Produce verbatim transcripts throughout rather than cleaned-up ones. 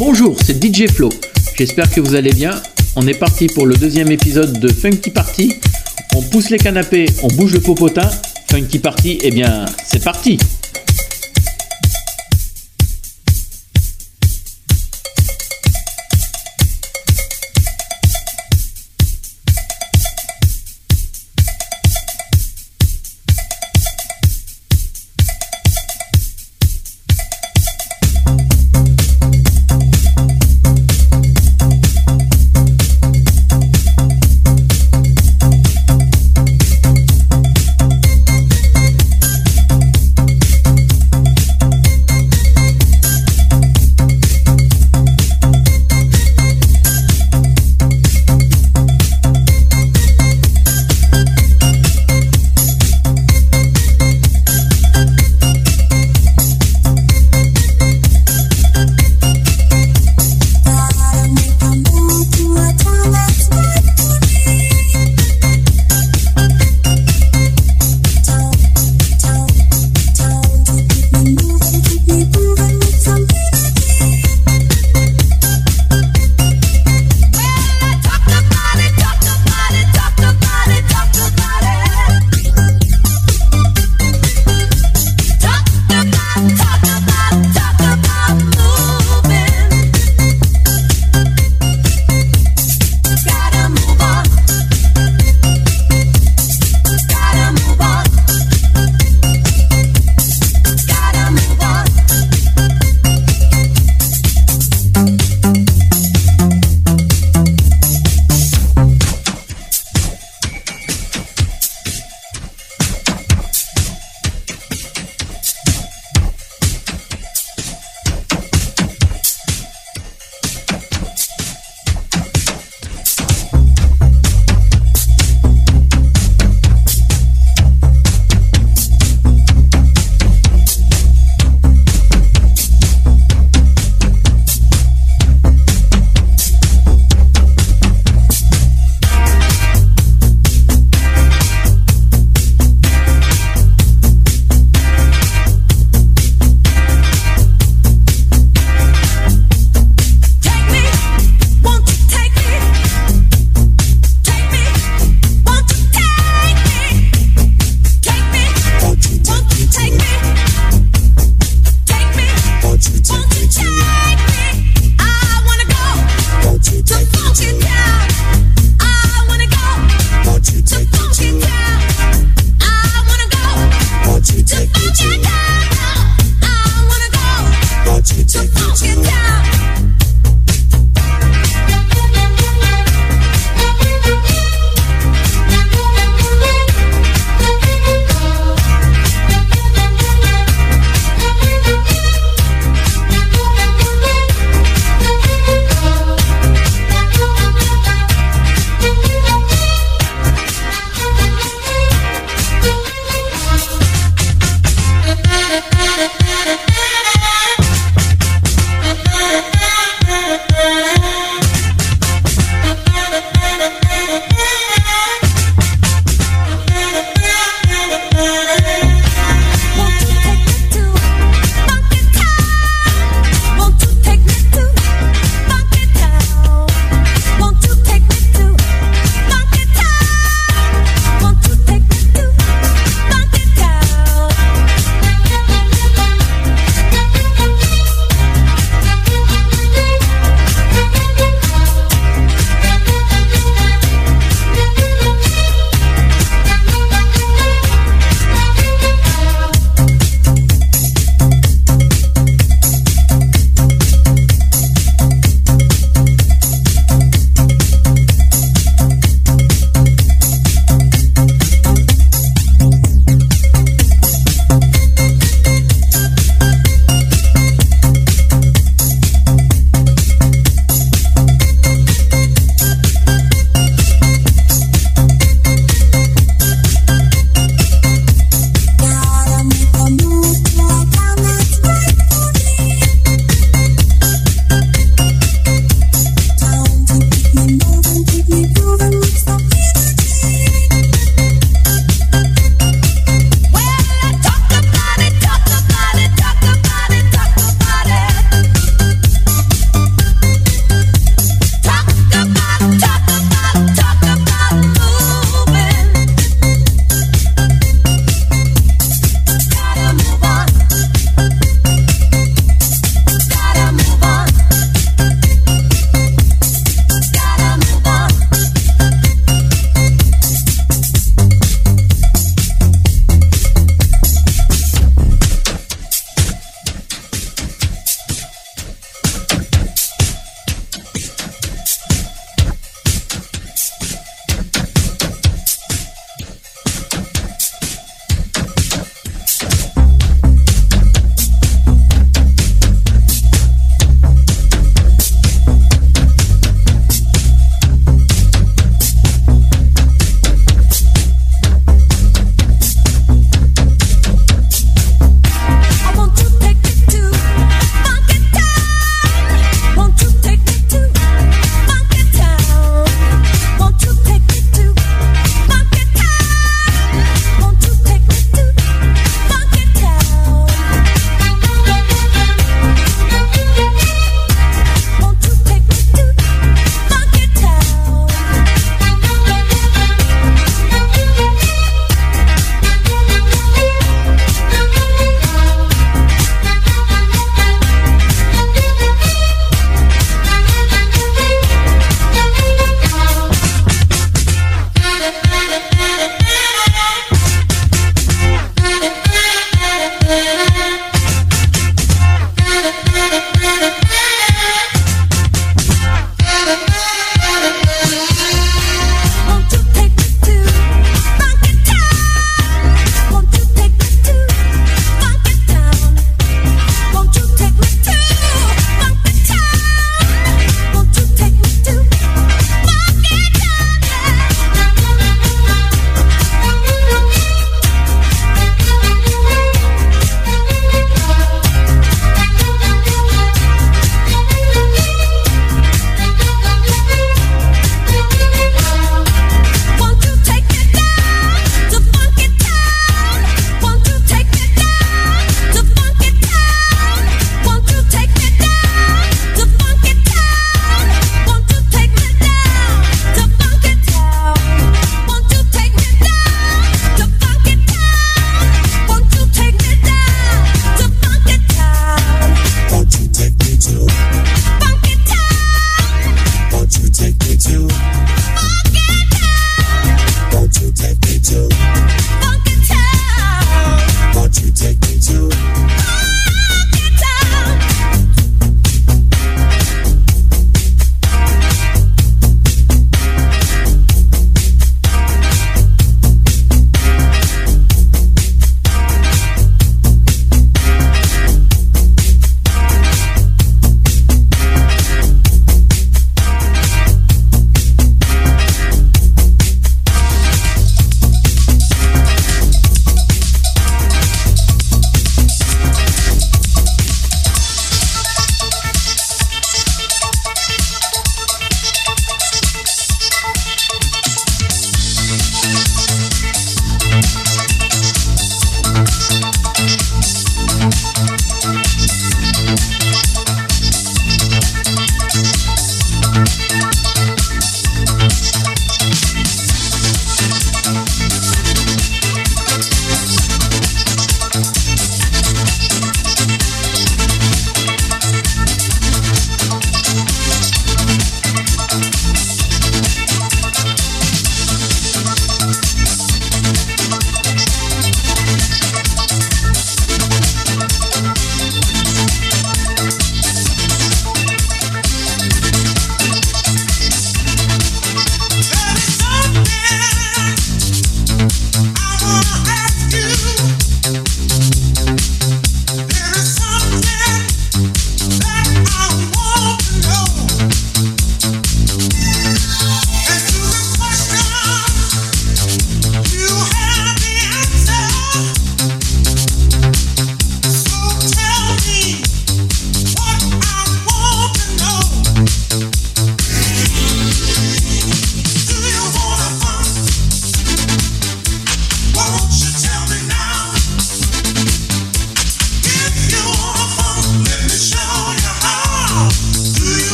Bonjour, c'est D J Flo. J'espère que vous allez bien. On est parti pour le deuxième épisode de Funky Party. On pousse les canapés, on bouge le popotin. Funky Party, eh bien, c'est parti!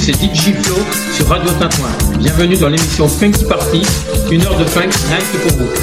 c'est D J Flo sur Radio Tintouin. Bienvenue dans l'émission Funky Party, une heure de funk rien que pour vous.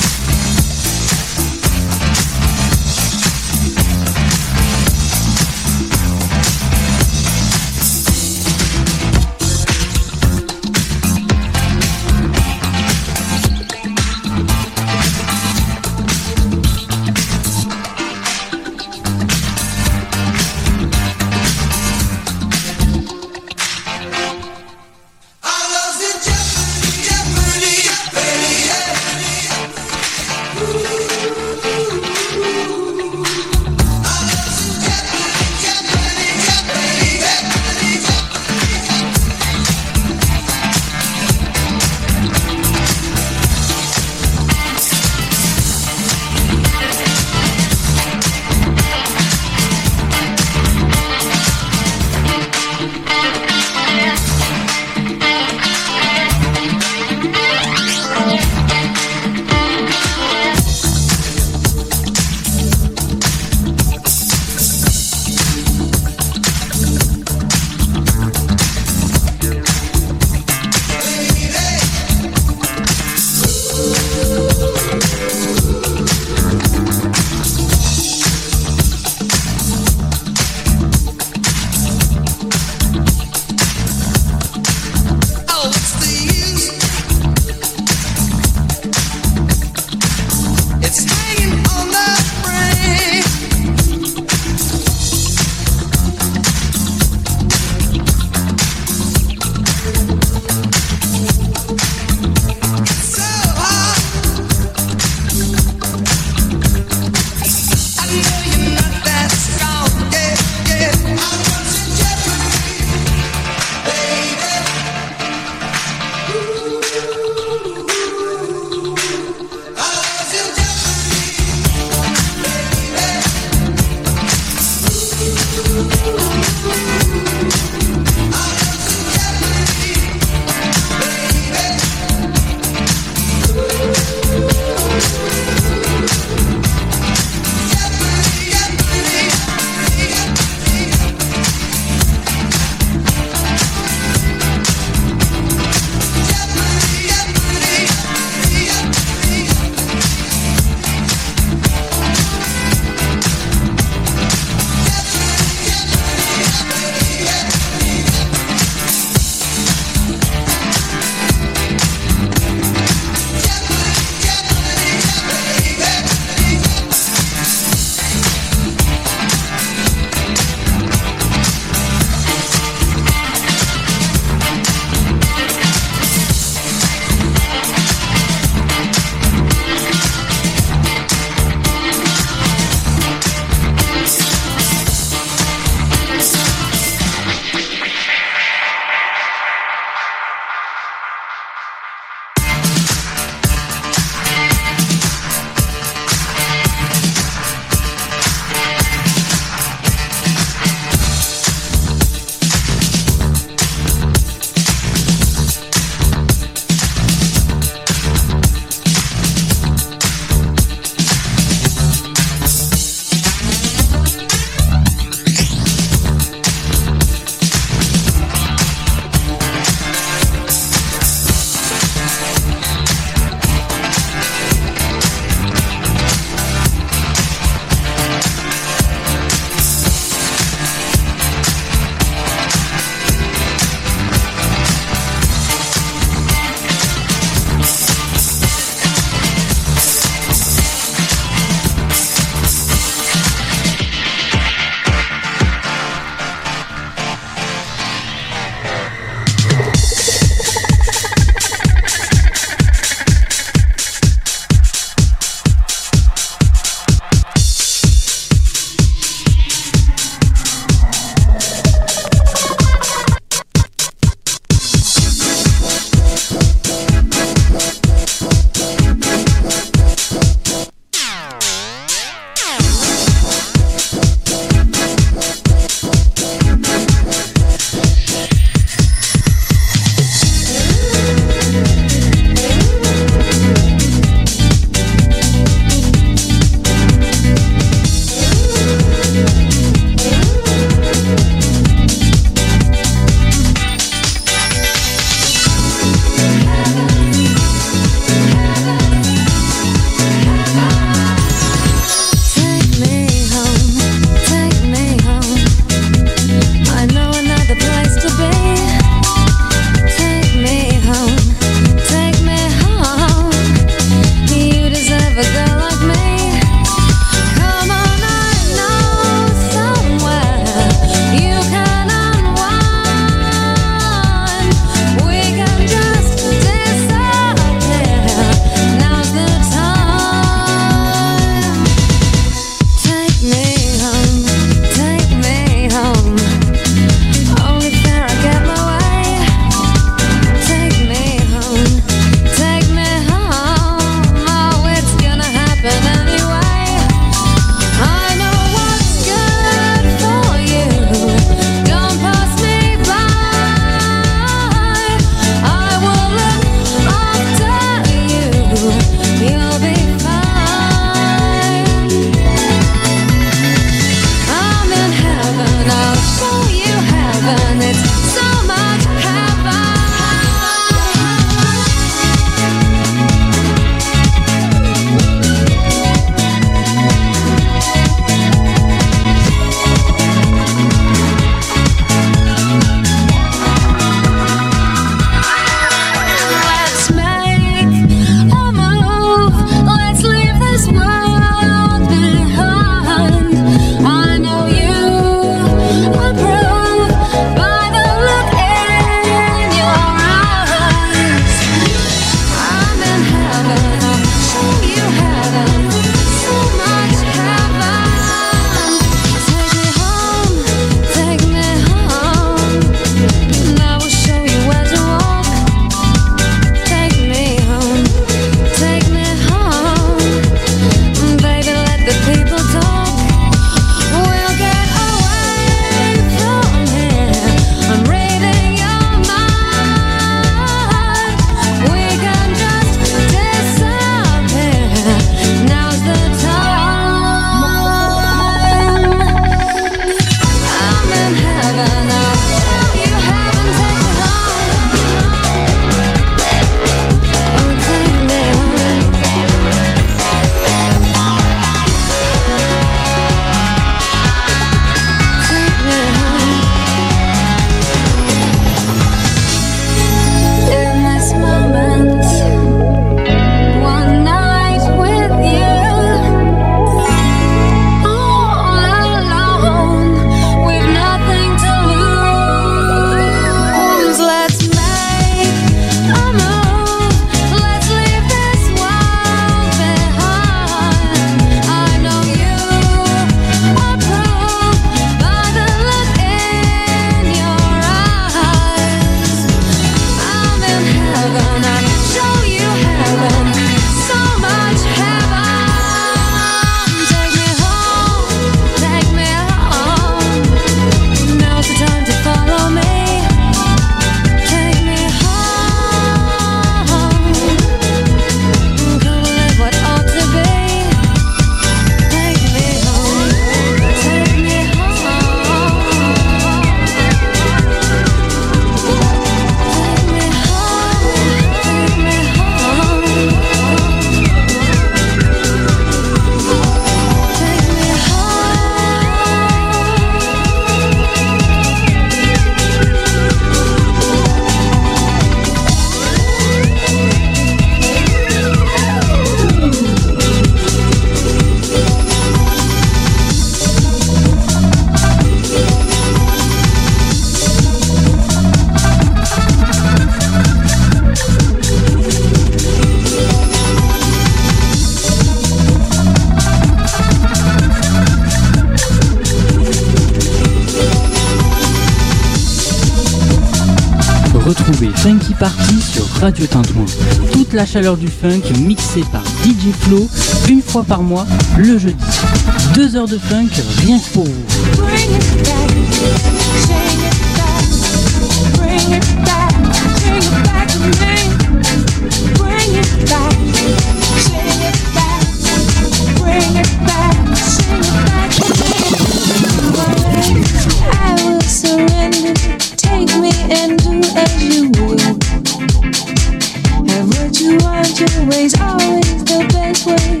Retrouvez Funky Party sur Radio Tintouin. Toute la chaleur du funk mixée par D J Flo une fois par mois le jeudi. Deux heures de funk rien que pour vous. Bring it back, shake it back, bring it back, bring it back to me. Bring it back, shake it back, bring it back, shake it back to me. I will surrender, take me and do as you will. Have what you want, your way's always the best way.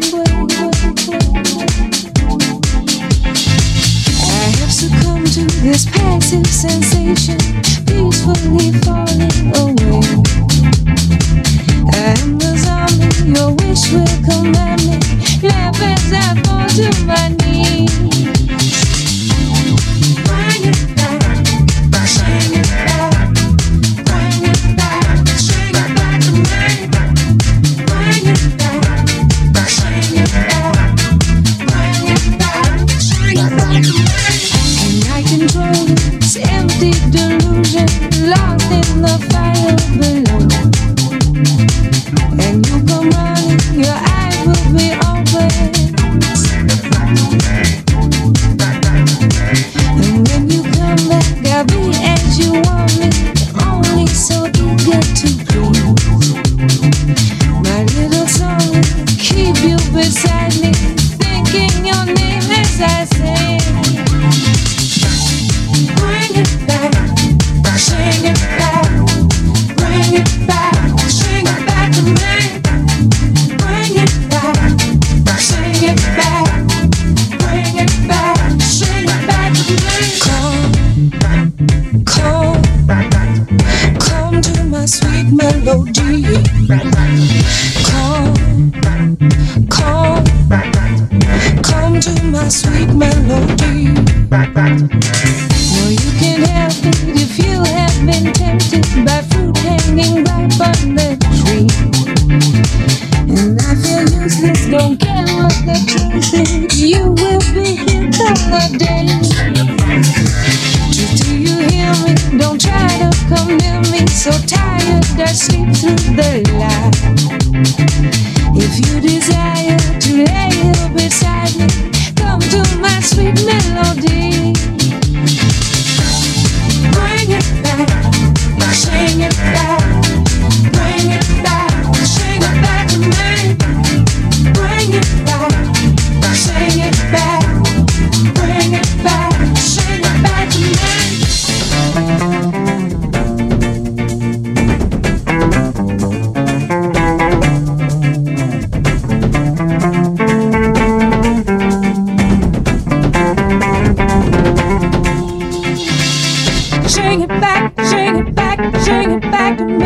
Succumb to this passive sensation, peacefully falling away. I am the zombie, your wish will command me. Laugh as I fall to my knees. Bring it back, bring it back, bring it back, bring it back to me. Bring it back, bring it back, bring it back, bring it back to me. Control this empty delusion, lost in the fire below. And you come running, your eyes will be open. And when you come back, I'll be as you want me, only so eager to please. My little song will keep you beside me, thinking your name as I sing. Bring it back, bring it back, bring it back, bring it back to me. Bring it back, bring it back, bring it back, bring it back to me. Come, come, come to my sweet melody. Come, come, come to my sweet melody. No, you can't help it if you have been tempted by fruit hanging ripe on the tree. And I feel useless, don't care what the truth is. You will be here till the day. Do, do you hear me? Don't try to come near me. So tired I sleep through the light. If you desire to lay here beside me, come to my sweet melody. Bring it back, sing it back, bring it back, sing it back to me. Bring it back, sing it back, bring it back, sing it back to me. Bring it back, bring it back, bring it back to me.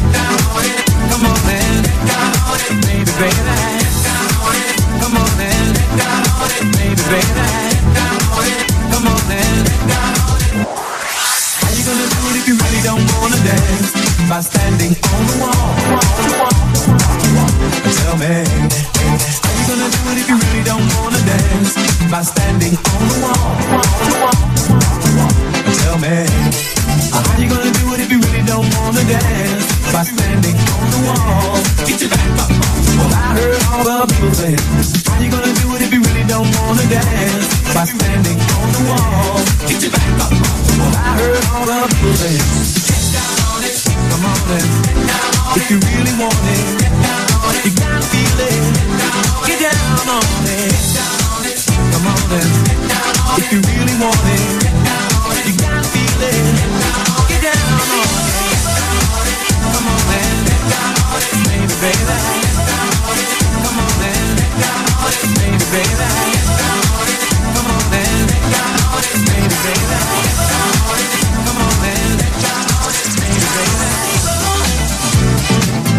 Come on then, baby, baby. Come on then, baby, baby. Come on then. How you gonna do it if you really don't wanna dance? By standing on the wall. Tell me, how you gonna do it if you really don't wanna dance? By standing on the wall. Tell me, how you gonna do it if you really don't wanna dance? By standing on the wall. Get your back up. Well, I heard all the people say, how you gonna do it if you really don't wanna dance? By standing on the wall. Get your back up. Well, I heard all the people say, get down on it. Come on then. If you really want it, you gotta feel it. Get down on it. Come on then. If you really want it, you gotta feel it. Get down on it. Come on then. Baby, baby. Come on then. Baby, baby. Come on then. Baby, baby. Come on then. Baby, baby.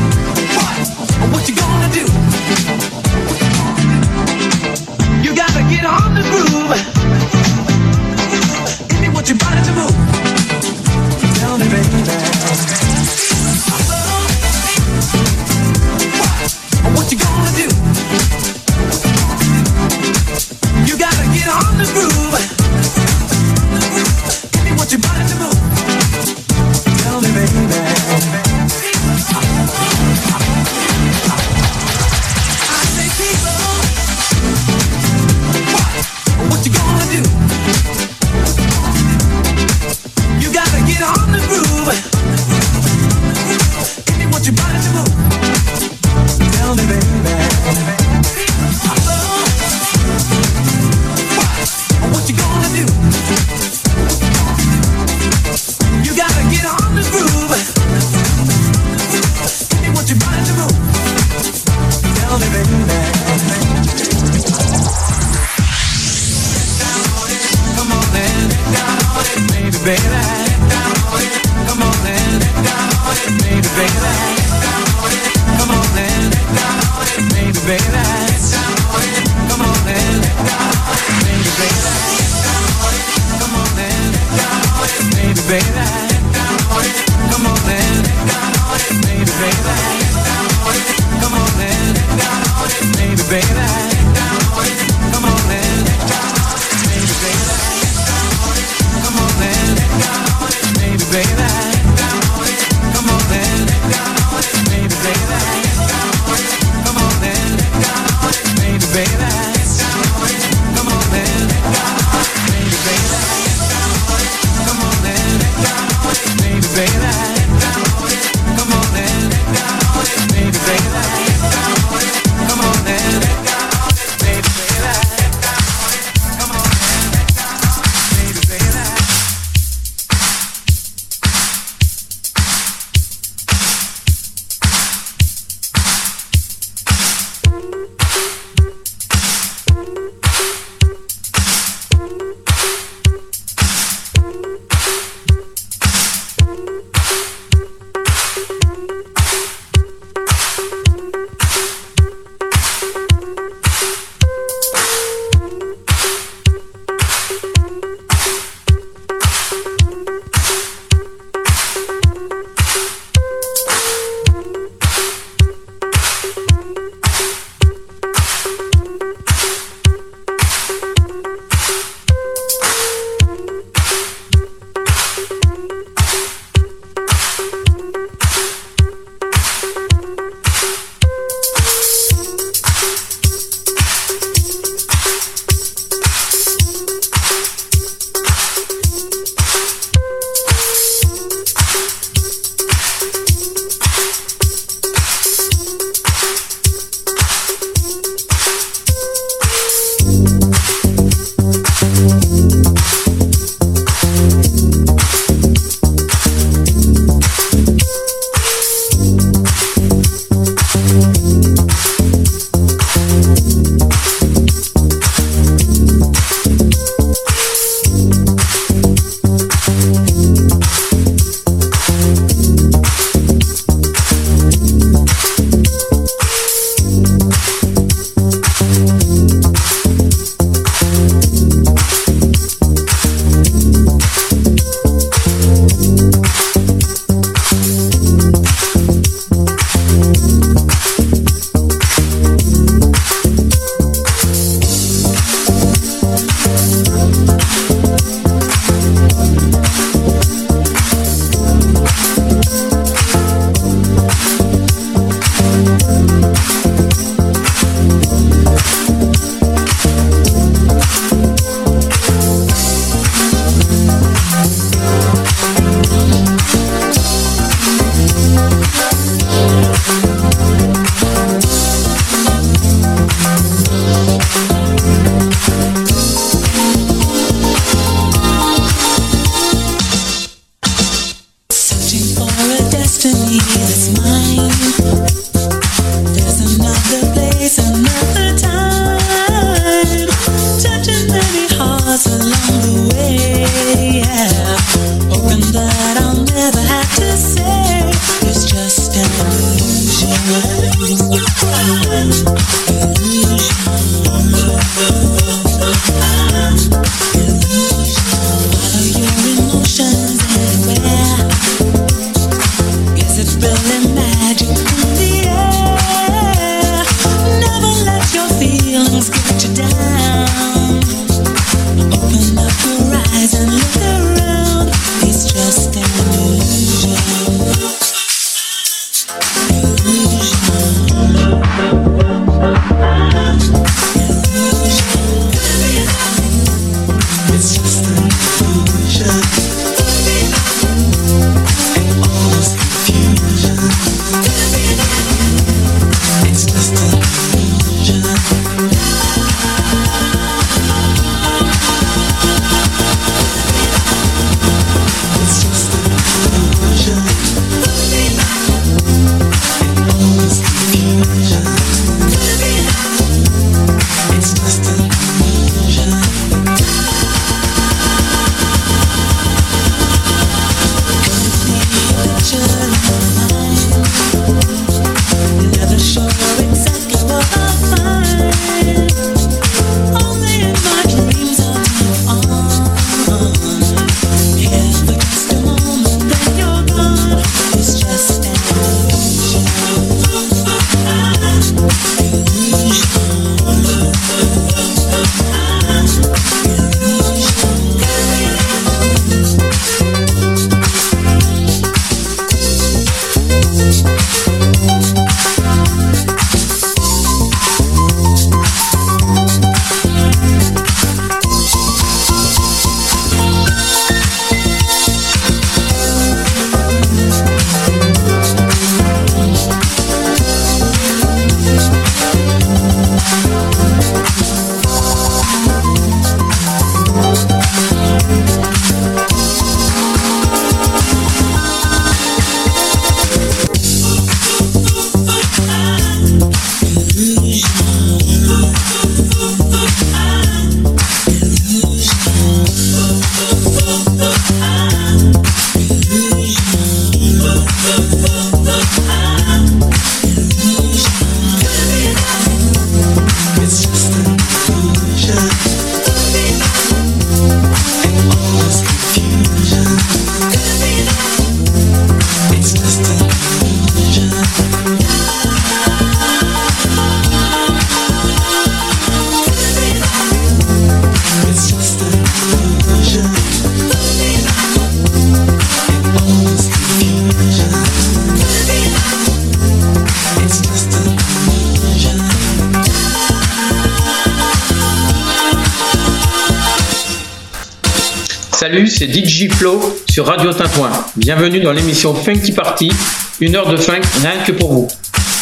Salut, c'est D J Flo sur Radio Tintouin. Bienvenue dans l'émission Funky Party, une heure de funk rien que pour vous.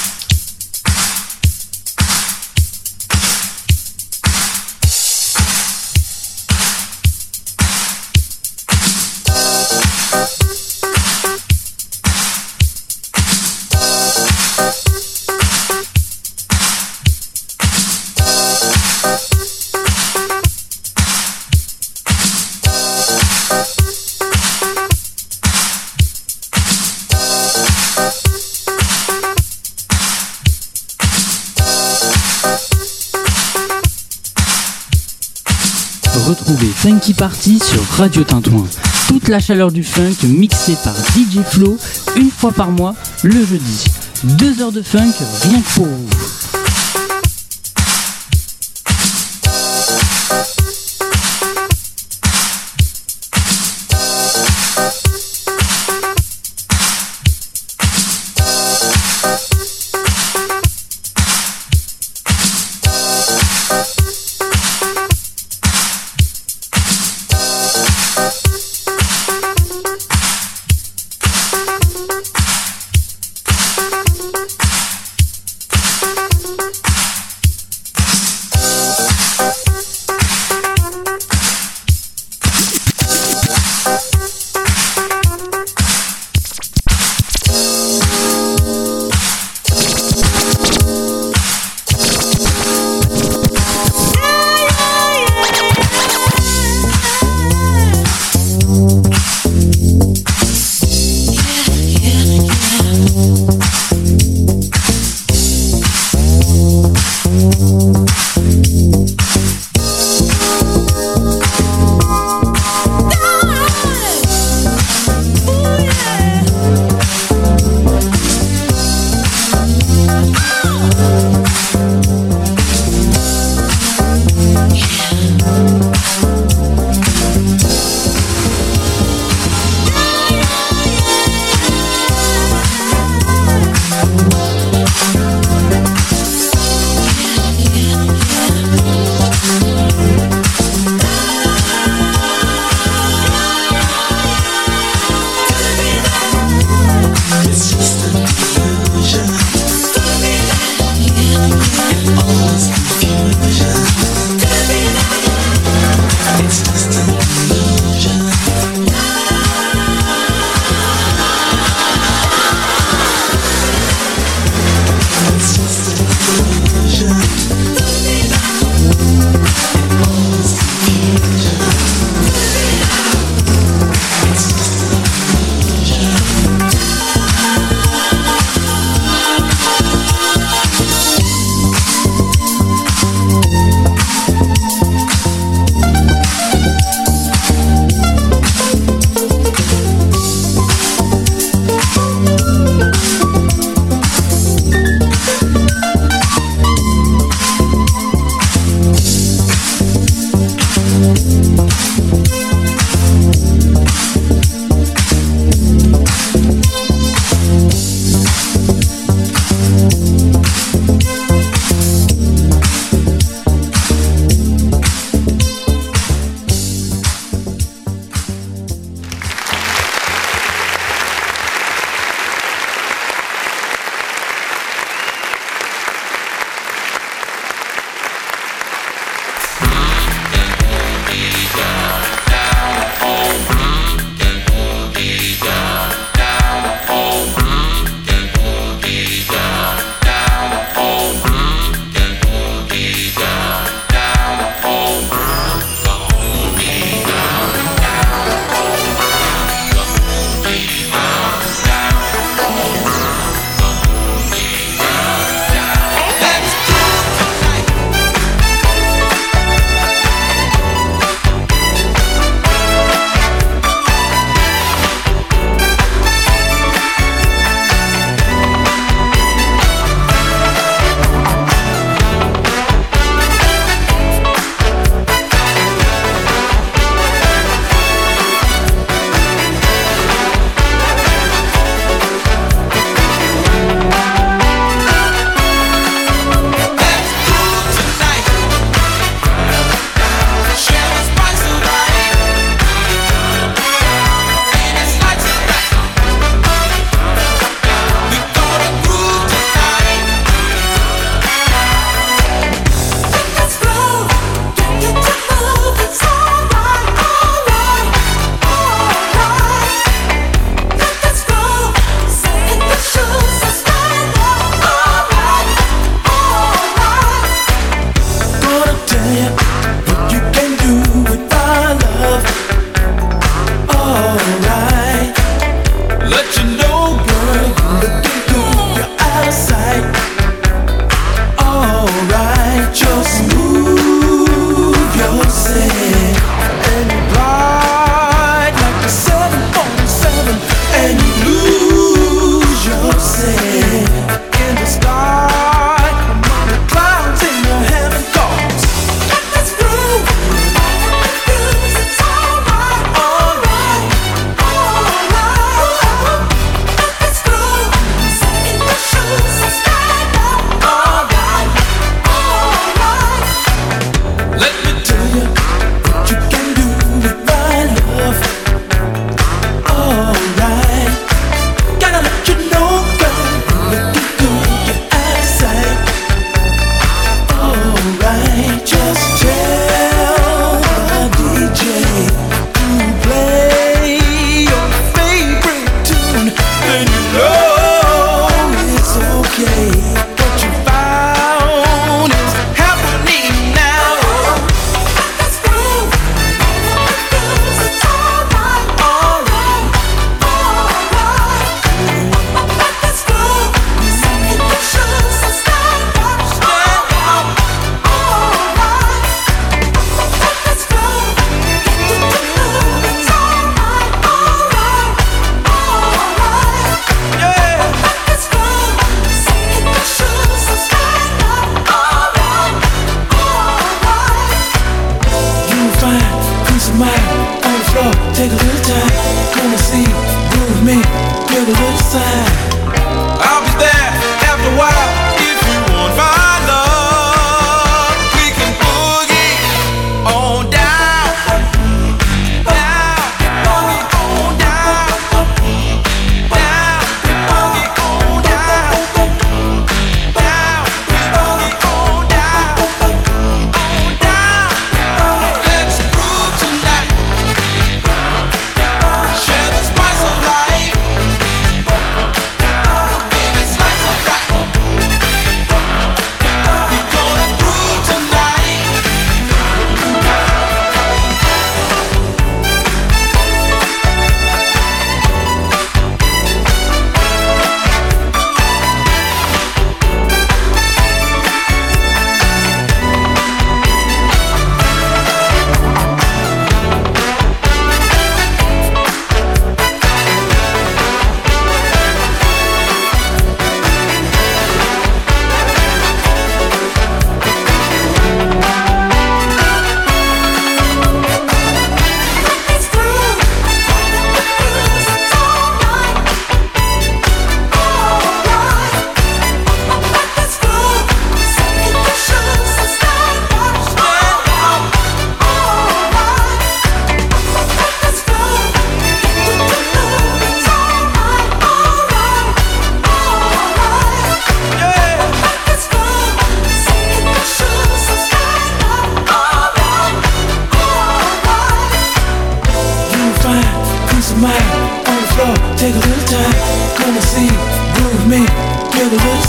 Retrouvez Funky Party sur Radio Tintouin. Toute la chaleur du funk mixée par D J Flo une fois par mois le jeudi. Deux heures de funk rien que pour vous.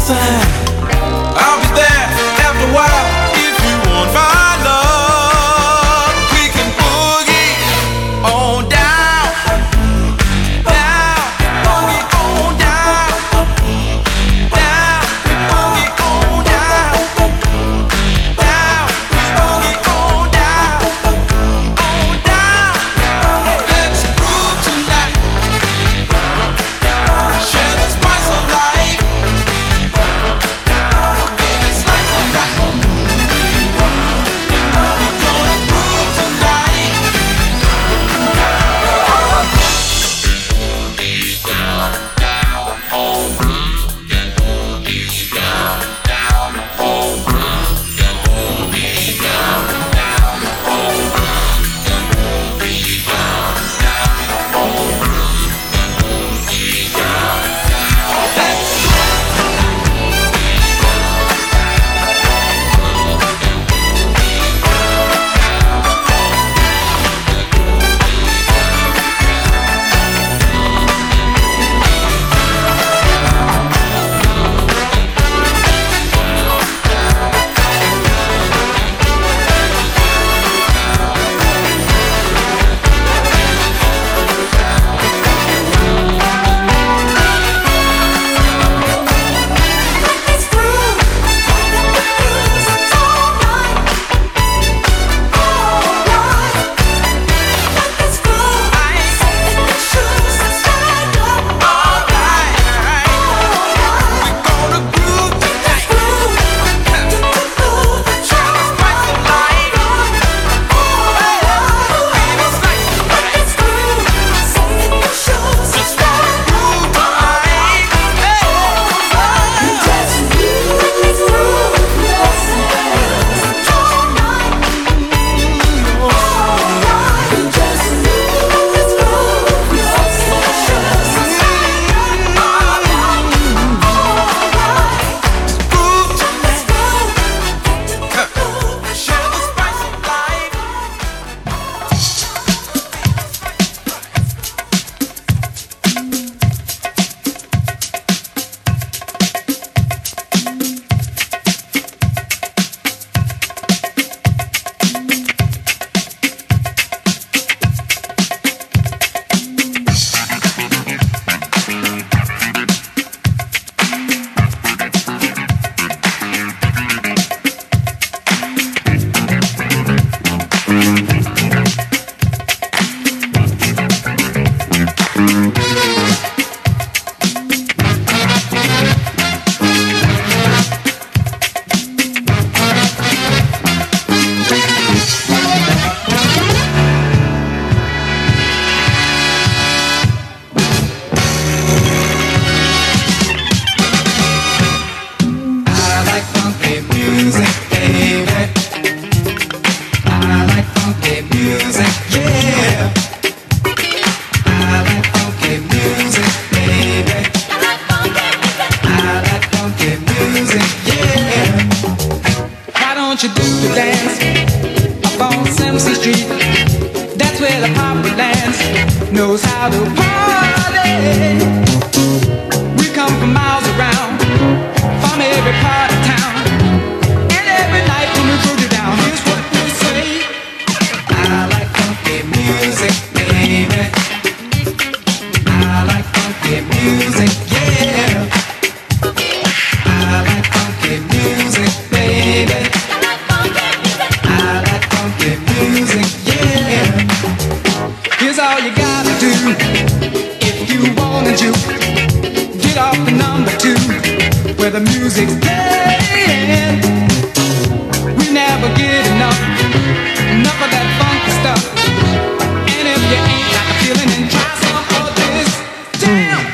sign. I'll be there after a while if you want my love. We can boogie on down, down, boogie on down, down, boogie on down, down, boogie on down, on down. Let's groove tonight. Share the spice of life. Baby, slice of life. We're gonna groove tonight. Knows how to party. We come from miles around, from every part of town, and every night when we put it down, here's what we say: I like funky music, baby. I like funky music, yeah. I like funky music, baby. I like funky music, yeah. Here's all you gotta do if you wanna juke. Get off the number two where the music's playing. We never get enough, enough of that funky stuff. And if you ain't got the feeling, then try some of this. Damn!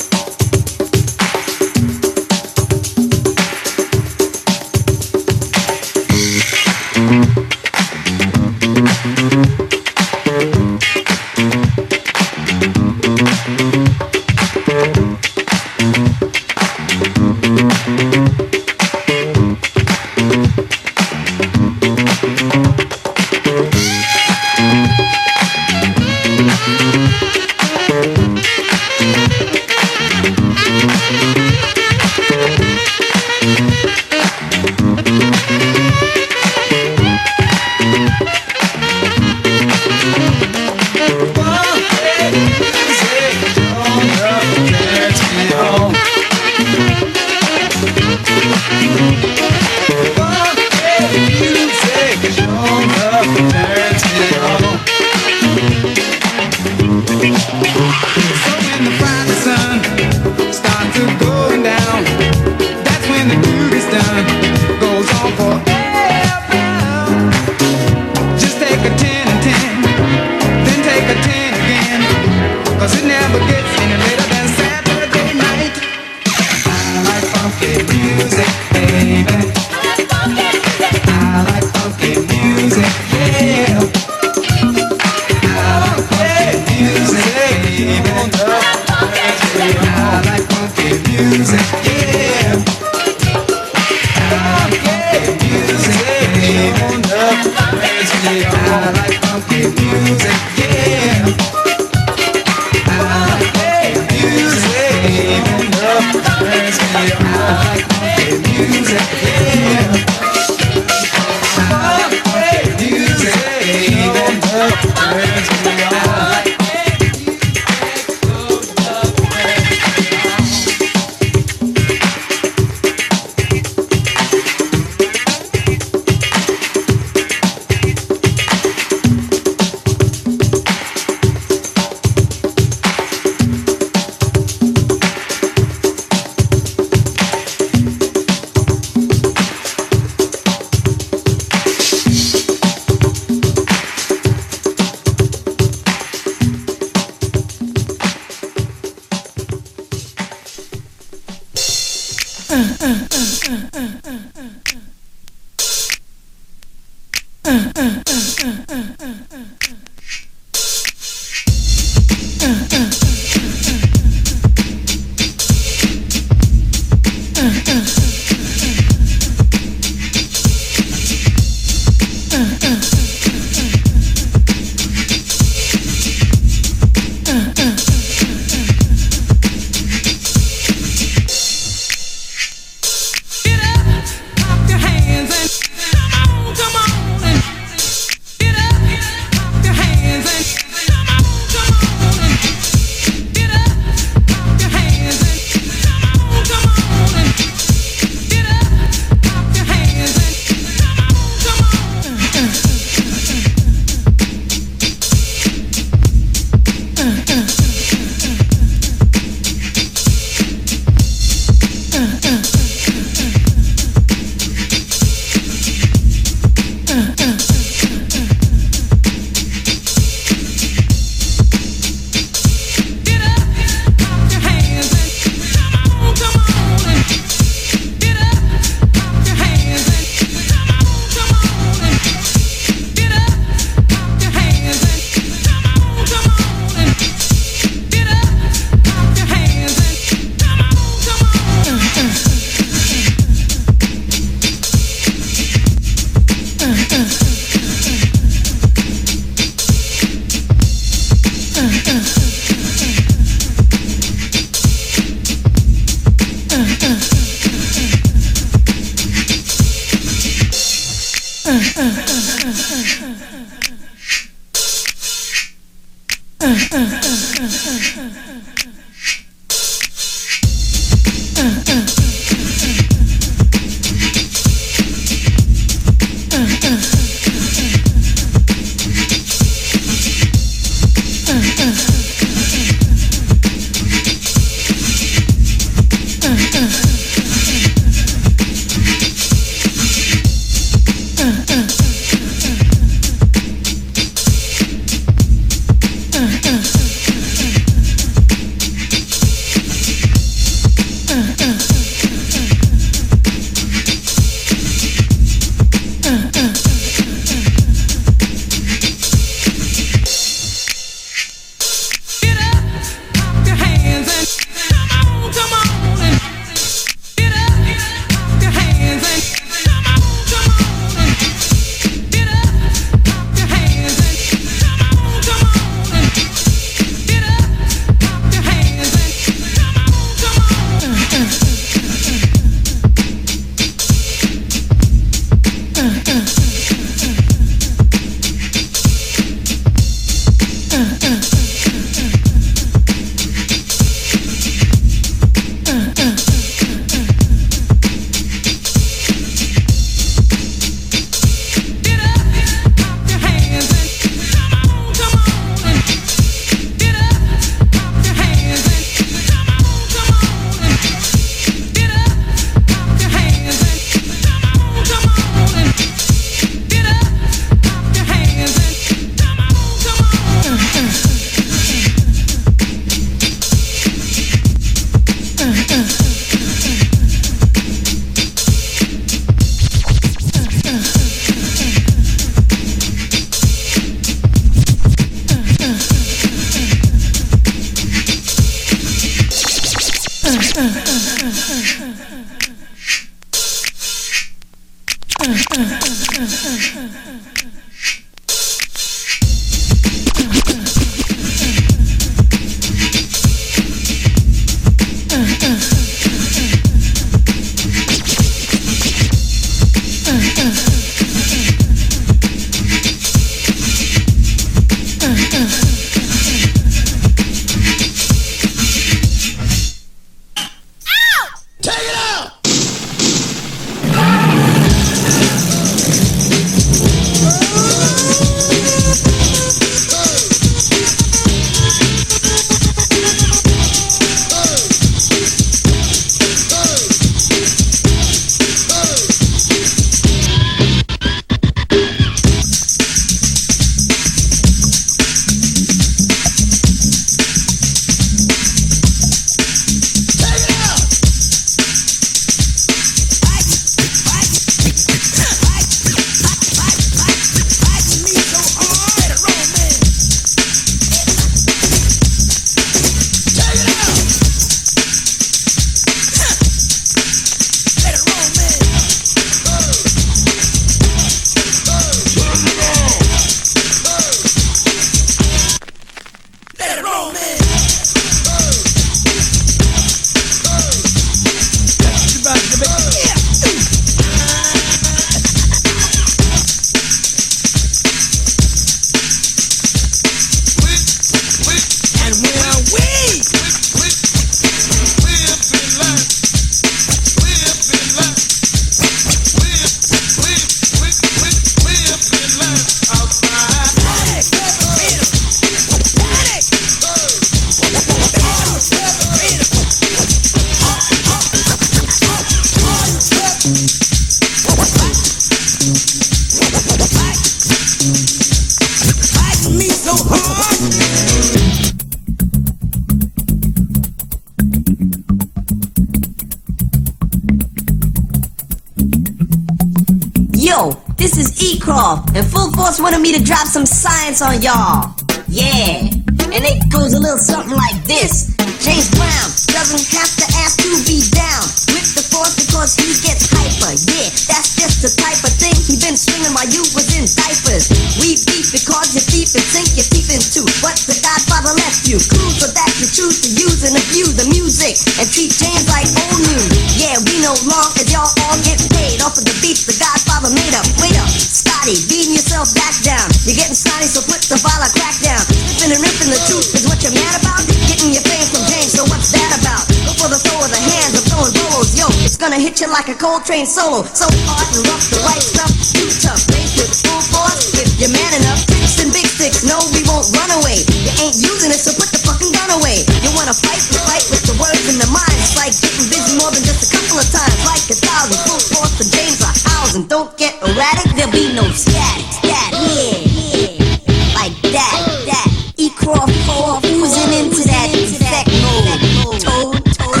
Yo, this is E-Croft, and Full Force wanted me to drop some science on y'all. Yeah, and it goes a little something like this. James Brown doesn't have to ask to be down with the force because he gets hyper. Yeah, that's just the type of thing he been swinging while you was in diapers. We beef because you're deep and sink your teeth into what the Godfather left you. Clues so that you choose to use and abuse the music and treat James like old news. Yeah, we know long as y'all all get paid off of the beats the Godfather made up. Wait up, Scotty, beating yourself back down. You're getting snotty, so put the ball of crack down. Slipping and ripping the truth is what you're mad about. Getting your fame from James, so what's that about? Go for the throw of the hands of throwing bolos. Yo, it's gonna hit you like a Coltrane solo. So hard and rough, the right stuff, too tough. Face with full force, if you're man enough. Sticks and big sticks, no, we won't run away. You ain't using it, so put the fucking gun away. You wanna fight, you fight with the words in the mind. It's like getting busy more than just a couple of times. Like a thousand, full force for James a thousand. Don't get erratic, there'll be no static. Static, yeah, yeah. Like that, that. E-Croft four, oozing into that effect mode. Toad, toad.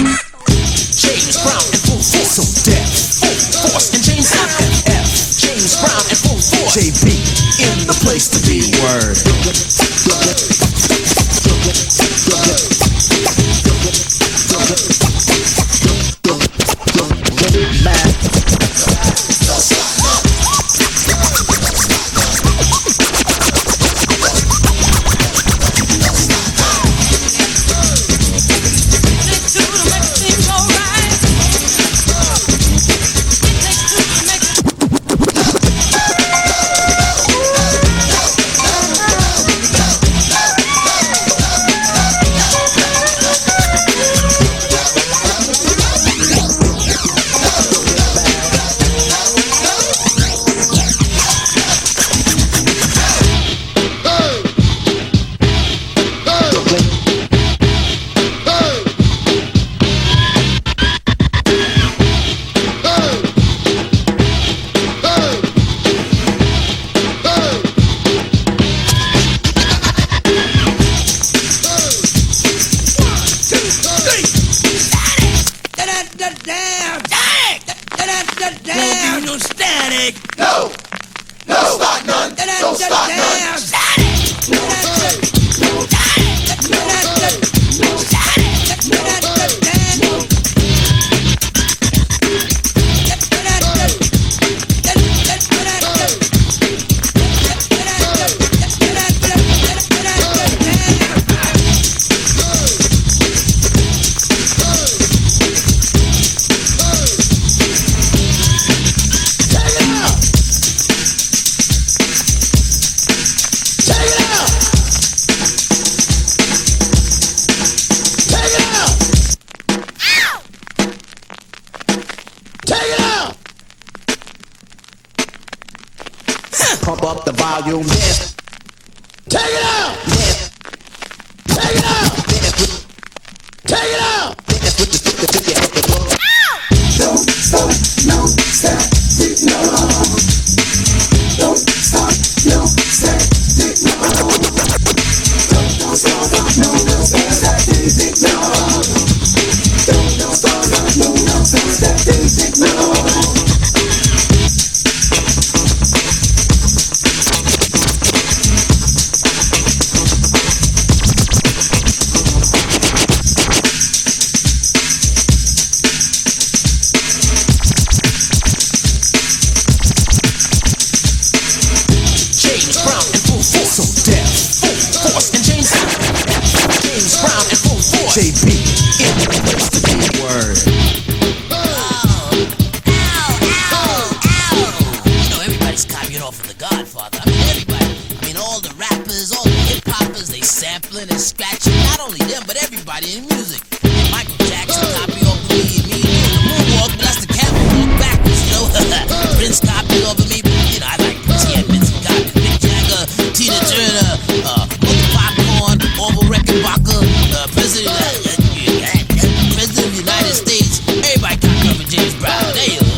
James Brown and Full Force, so deaf. Full Force and James Brown F. James Brown and Full Force, J B in the place to be. Word. Pump up the volume. Dance. Take it out. Dance. Take it out. Dance with. Take it out. Dance with the stick that took you at the floor. Don't stop, no stop, no. Don't stop, no stop, no. Don't don't stop, no no stop, no. Don't don't stop, no no stop, no. J B in the place to be. Word. Oh, ow, ow, ow. You know, everybody's copying off of The Godfather. I mean, everybody. I mean, all the rappers, all the hip-hoppers, they sampling and scratching. Not only them, but everybody in music. Michael Jackson copy off of me and me. You know, the moonwalk, but that's the camel walk backwards, you know. Prince copied off of me, but, you know, I like Prince. He had Vincent copies. Mick Jagger, Tina Turner, uh, Mother Popcorn, Orville Reichenbacher, uh, President... Uh, President of the United States, everybody got covered James Brown. There you go.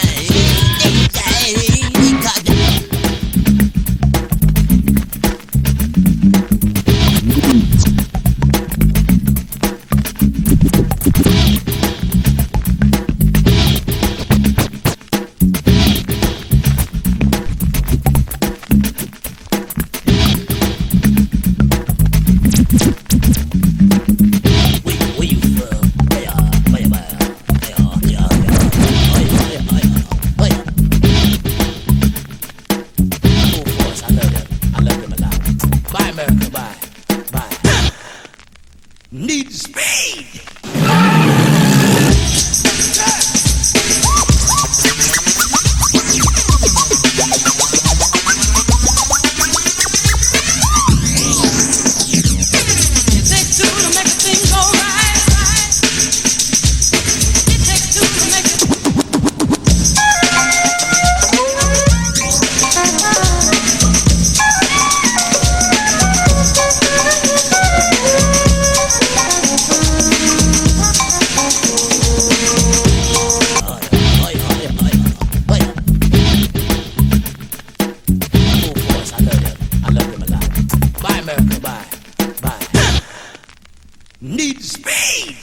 Need speed. Need speed.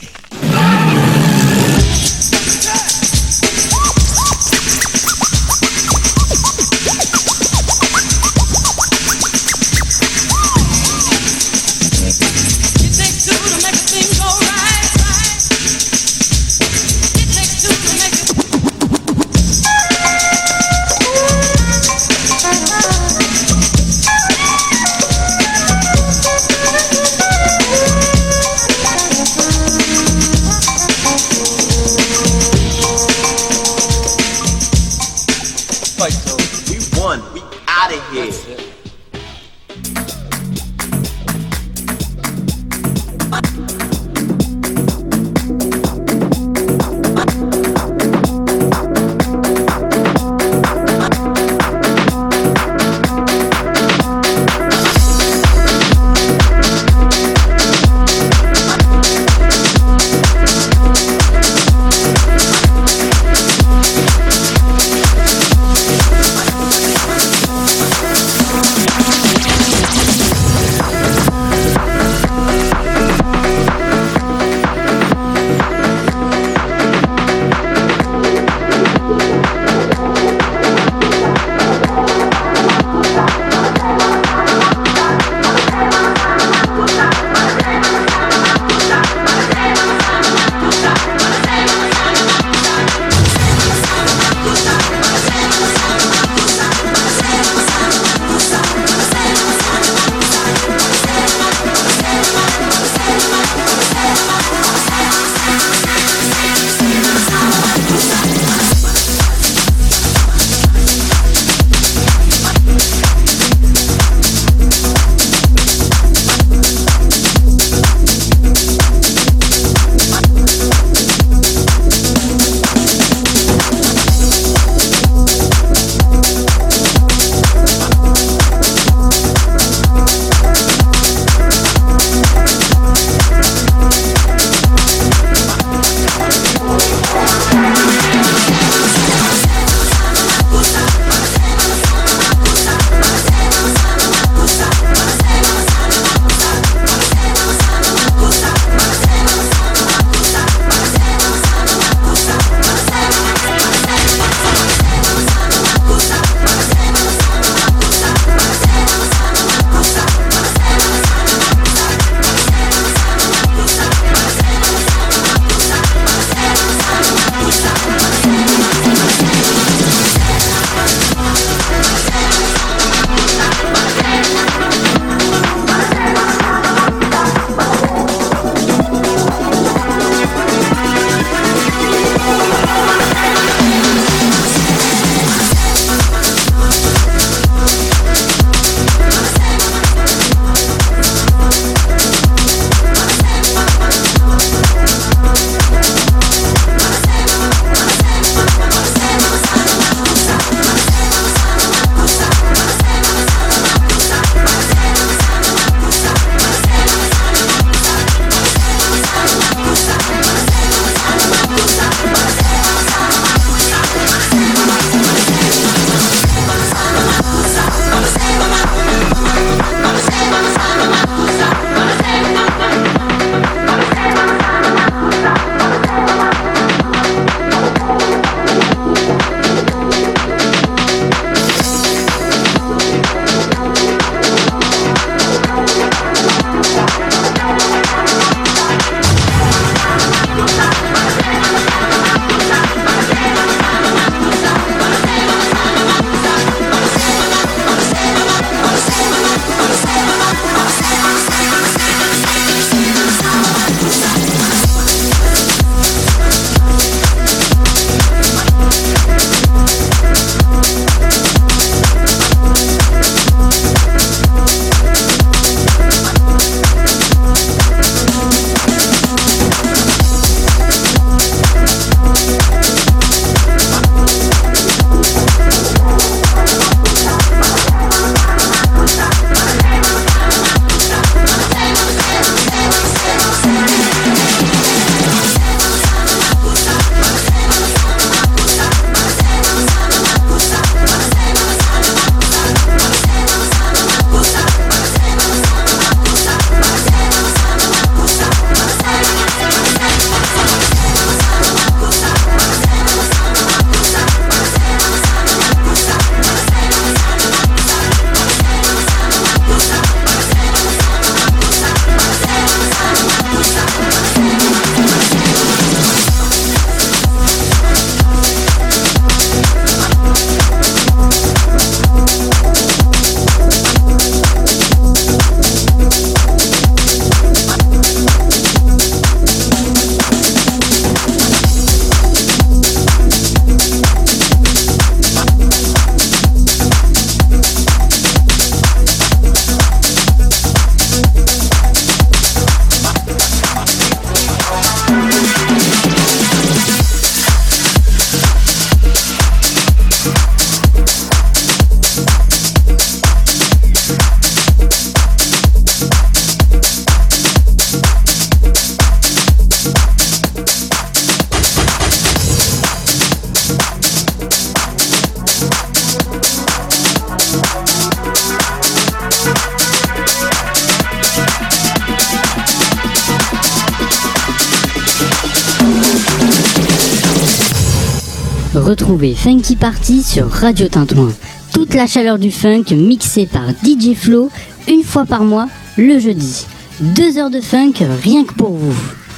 Retrouvez Funky Party sur Radio Tintouin. Toute la chaleur du funk mixée par D J Flo une fois par mois le jeudi. Deux heures de funk rien que pour vous.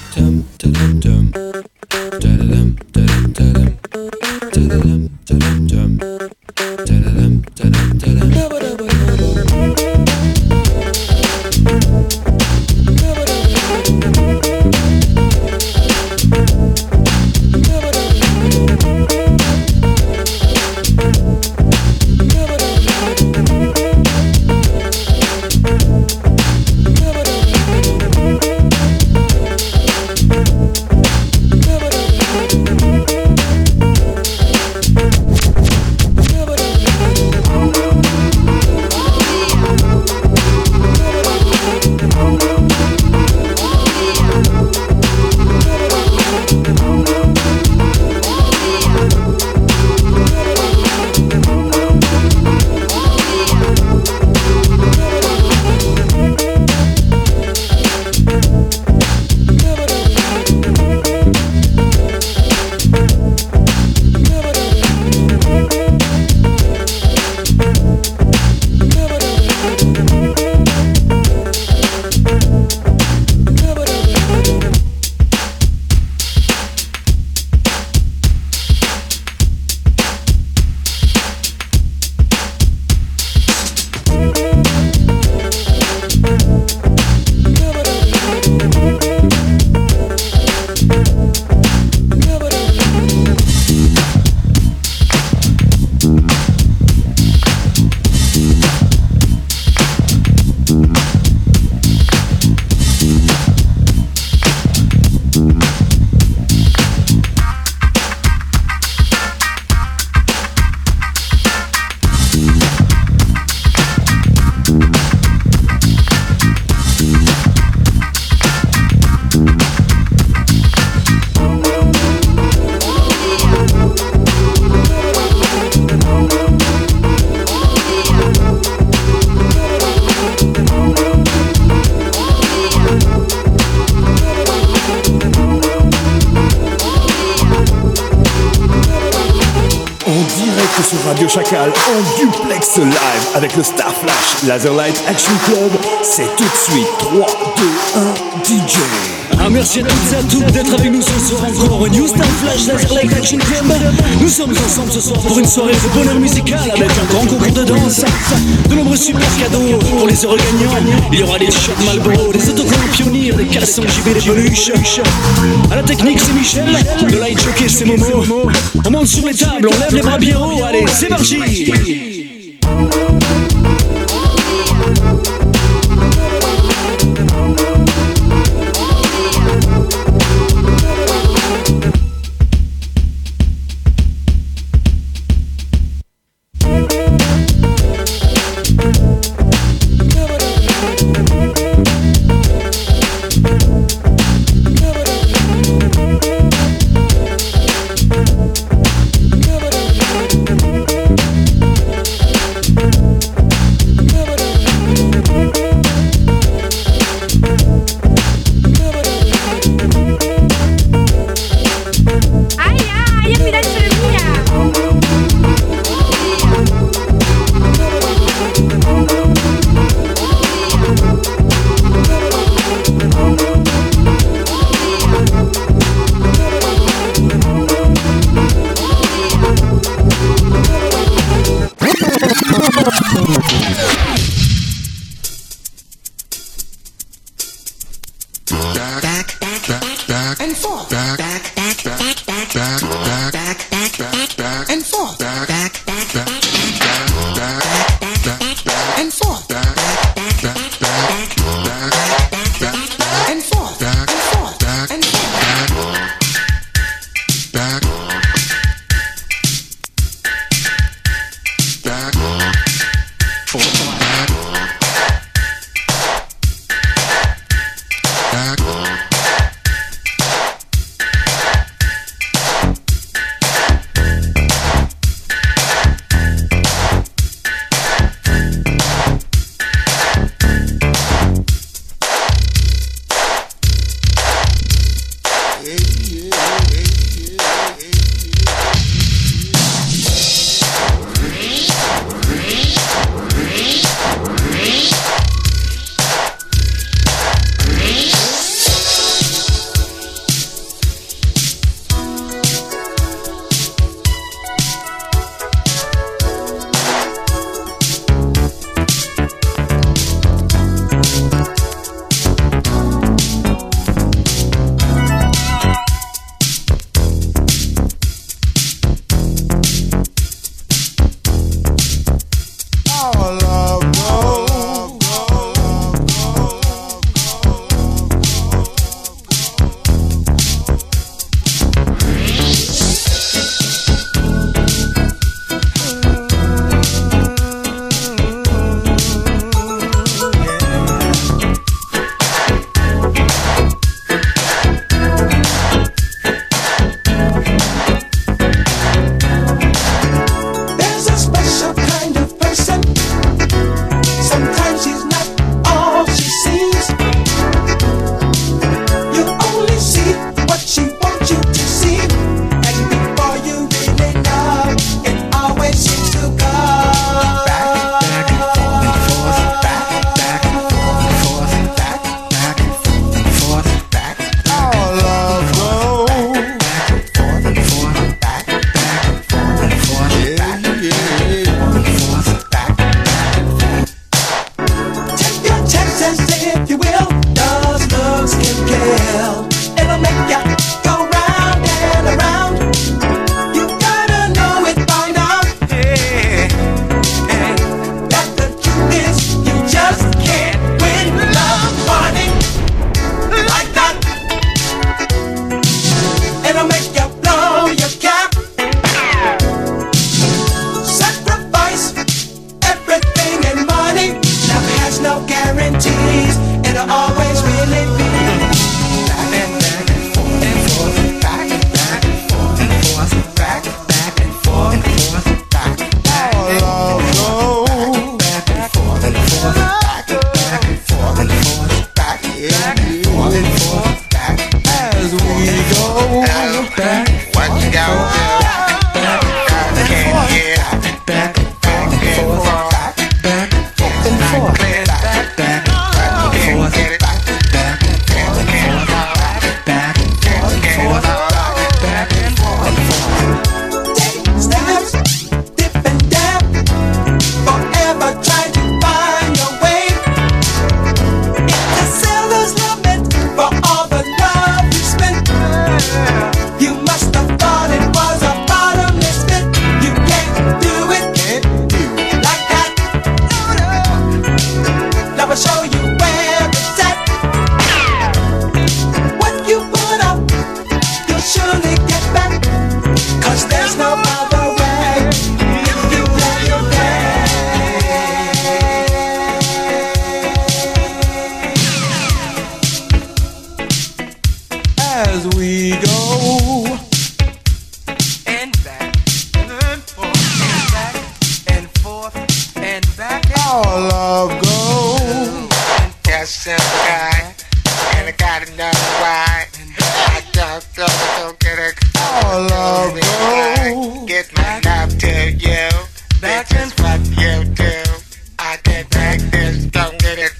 Radio Chacal en duplex live avec le Star Flash Laserlight Action Club. C'est tout de suite trois, deux, un, D J. Ah, merci à toutes et à tous d'être avec nous ce soir encore au New Star Flash Laserlight Action Club. Nous sommes ensemble ce soir pour une soirée de bonheur musical avec un grand concours de danse, de nombreux super cadeaux pour les heureux gagnants. Il y aura des t-shirts Marlboro, des autocollants Pionnier, des caleçons J B, des peluches. À la technique c'est Michel, le light jockey c'est Momo. On monte sur les tables, on lève les bras bien haut, allez c'est parti. well. It'll make ya go round and around. You gotta know it by now. Hey, hey. That the truth is, you just can't win love money like that. It'll make you blow your cap. Sacrifice everything and money. Love has no guarantees. It'll always really be back and back and forth and forth, back and back and forth and forth, back back and forth and forth, back back and forth, back and forth and forth, back back and forth and forth, back back and forth and forth, back as we go back. What you got to do? Back can't get back back and forth, back back and forth and forth, back back. Get it back, back and forth, back and forth, back and forth, back and forth. Take steps, dip and dab, forever try to find your way. It's a sailor's limit for all the love you spent. You must have thought it was a bottomless pit. You can't do it, can't do it like that. No, no. Let me show you. Surely get back, cause there's no other way if you play your game. As we go and back and forth and back and forth and back and all love goes. Yes, I'm a guy, and I gotta know why. Don't, don't, don't get it. All love go. Get my love to you. That's just what you do. I can take this, don't get it.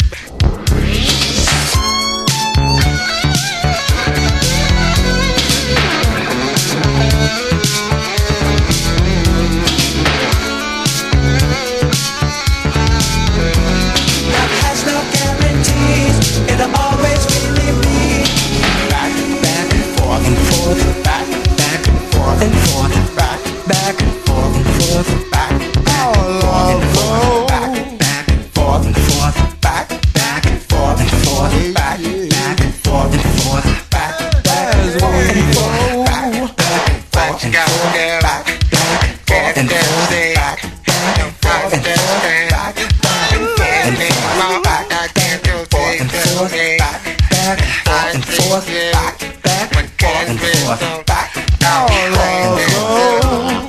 Love has no guarantees. It'll always really be back, back and forth and forth, back, back and forth and forth, back, back and forth and forth, back, back and forth and forth, back, back and forth and forth, back, back and forth and forth, back, back and forth and forth, back, back and forth and forth, back, back and forth and forth, back, back and forth and forth, back, back and forth and forth, back, back and forth and forth, back, back and forth and forth, back, back and forth and forth, back, back and forth, back, back and forth, back, all over.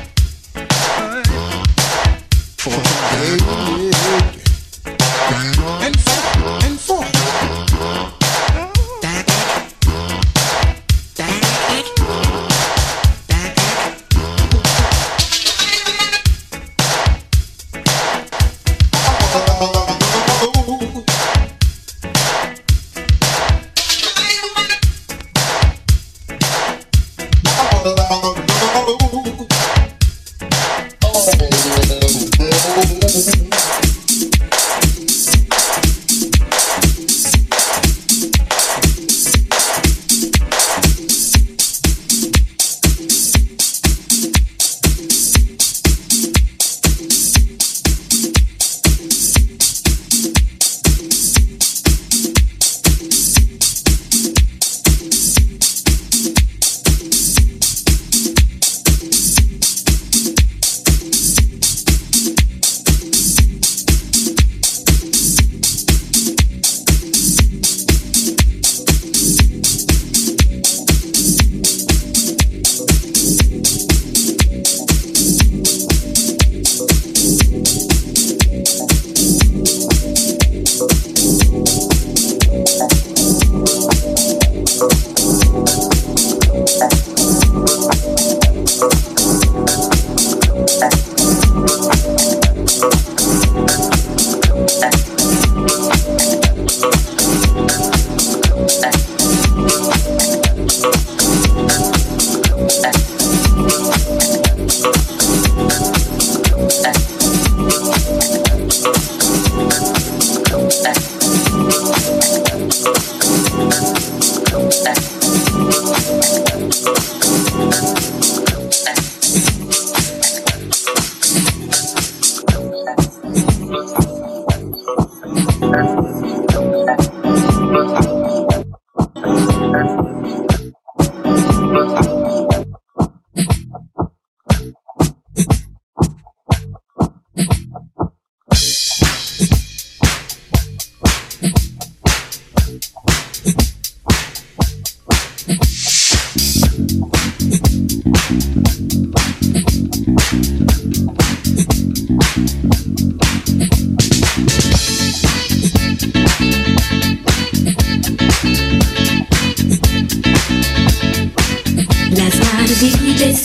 And forth, and forth. Back, back,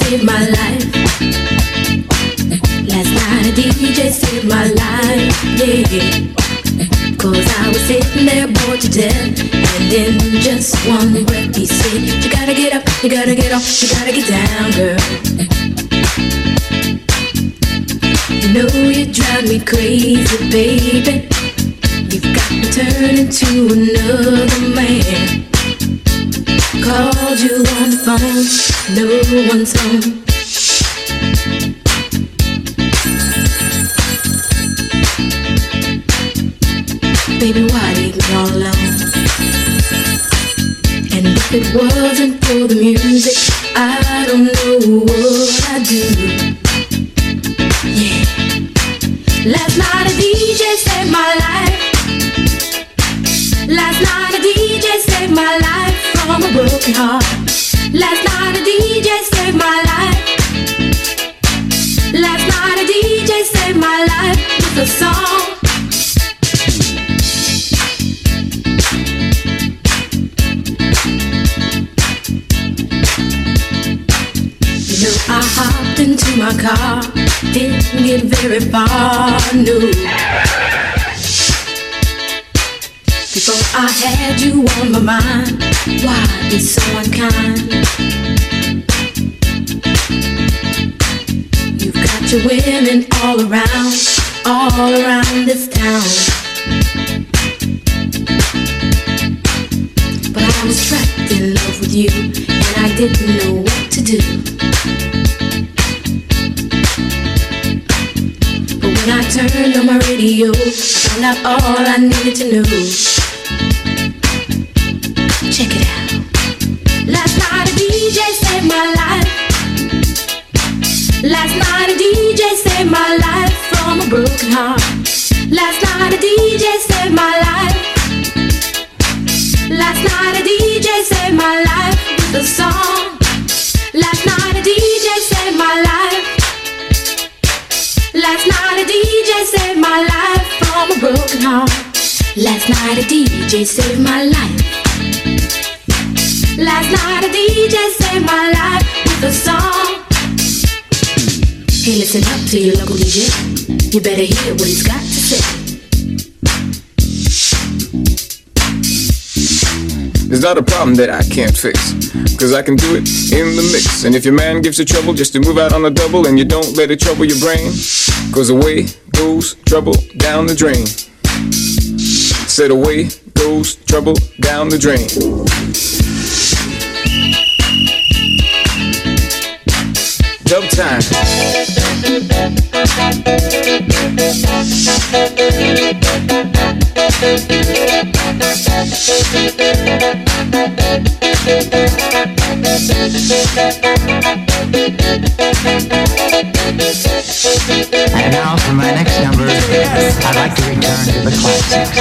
saved my life. Last night a D J saved my life, yeah. Cause I was sitting there bored to death, and in just one breath he said, you gotta get up, you gotta get off, you gotta get down, girl. You know you drive me crazy, baby. You've got me turning to another man. Called you on the phone, no one's home. Baby, why leave me all alone? And if it wasn't for the music, I don't know what I'd do. Yeah. Last night a D J saved my life. Last night a D J saved my life from a broken heart. Last night a D J saved my life. Last night a D J saved my life with a song. You know I hopped into my car, didn't get very far, no. Before I had you on my mind, why be so unkind? You've got your women all around, all around this town. But I was trapped in love with you, and I didn't know what to do. But when I turned on my radio, I found out all I needed to know. Check it out. Last night a D J saved my life. Last night a D J saved my life from a broken heart. Last night a D J saved my life. Last night a D J saved my life with a song. Last night a D J saved my life. Last night a D J saved my life from a broken heart. Last night a D J saved my life. Last night a D J saved my life with a song. Hey, listen up to your local D J. You better hear what he's got to say. There's not a problem that I can't fix, cause I can do it in the mix. And if your man gives you trouble just to move out on a double, and you don't let it trouble your brain, cause away goes trouble down the drain. Said away goes trouble down the drain. Dub time. And now for my next number, I'd like to return to the classics.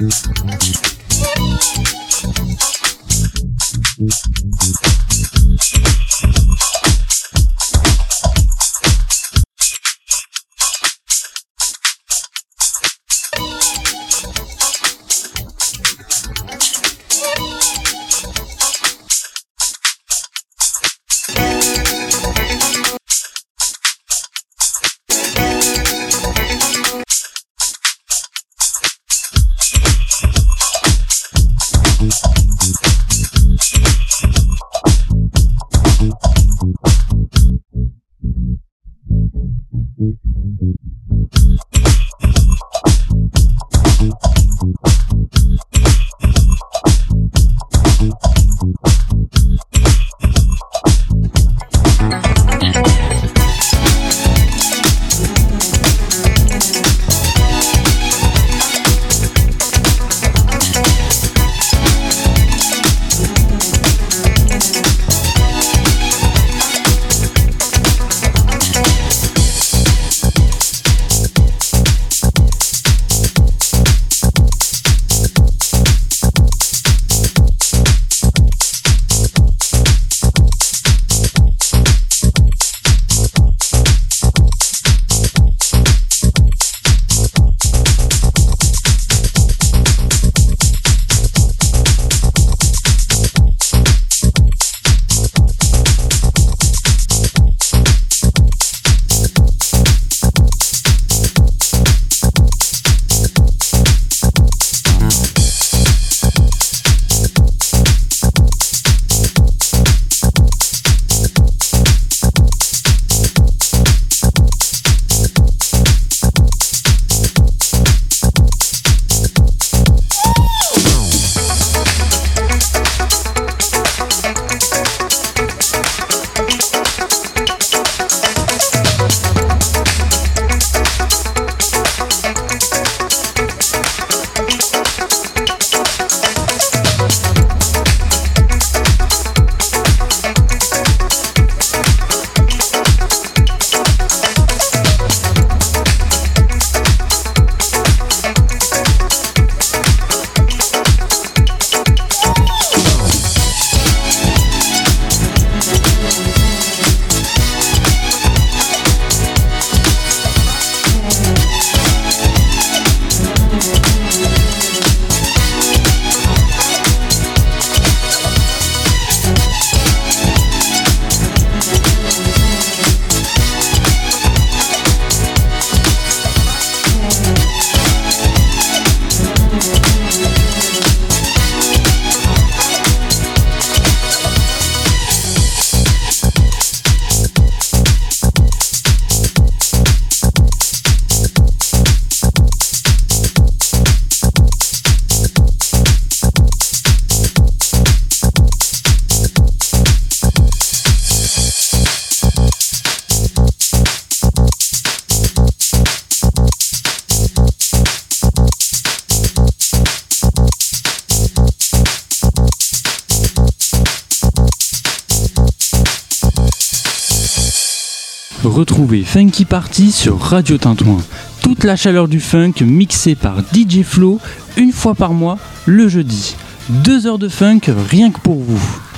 Retrouvez Funky Party sur Radio Tintouin. Toute la chaleur du funk mixée par D J Flo une fois par mois le jeudi. Deux heures de funk rien que pour vous.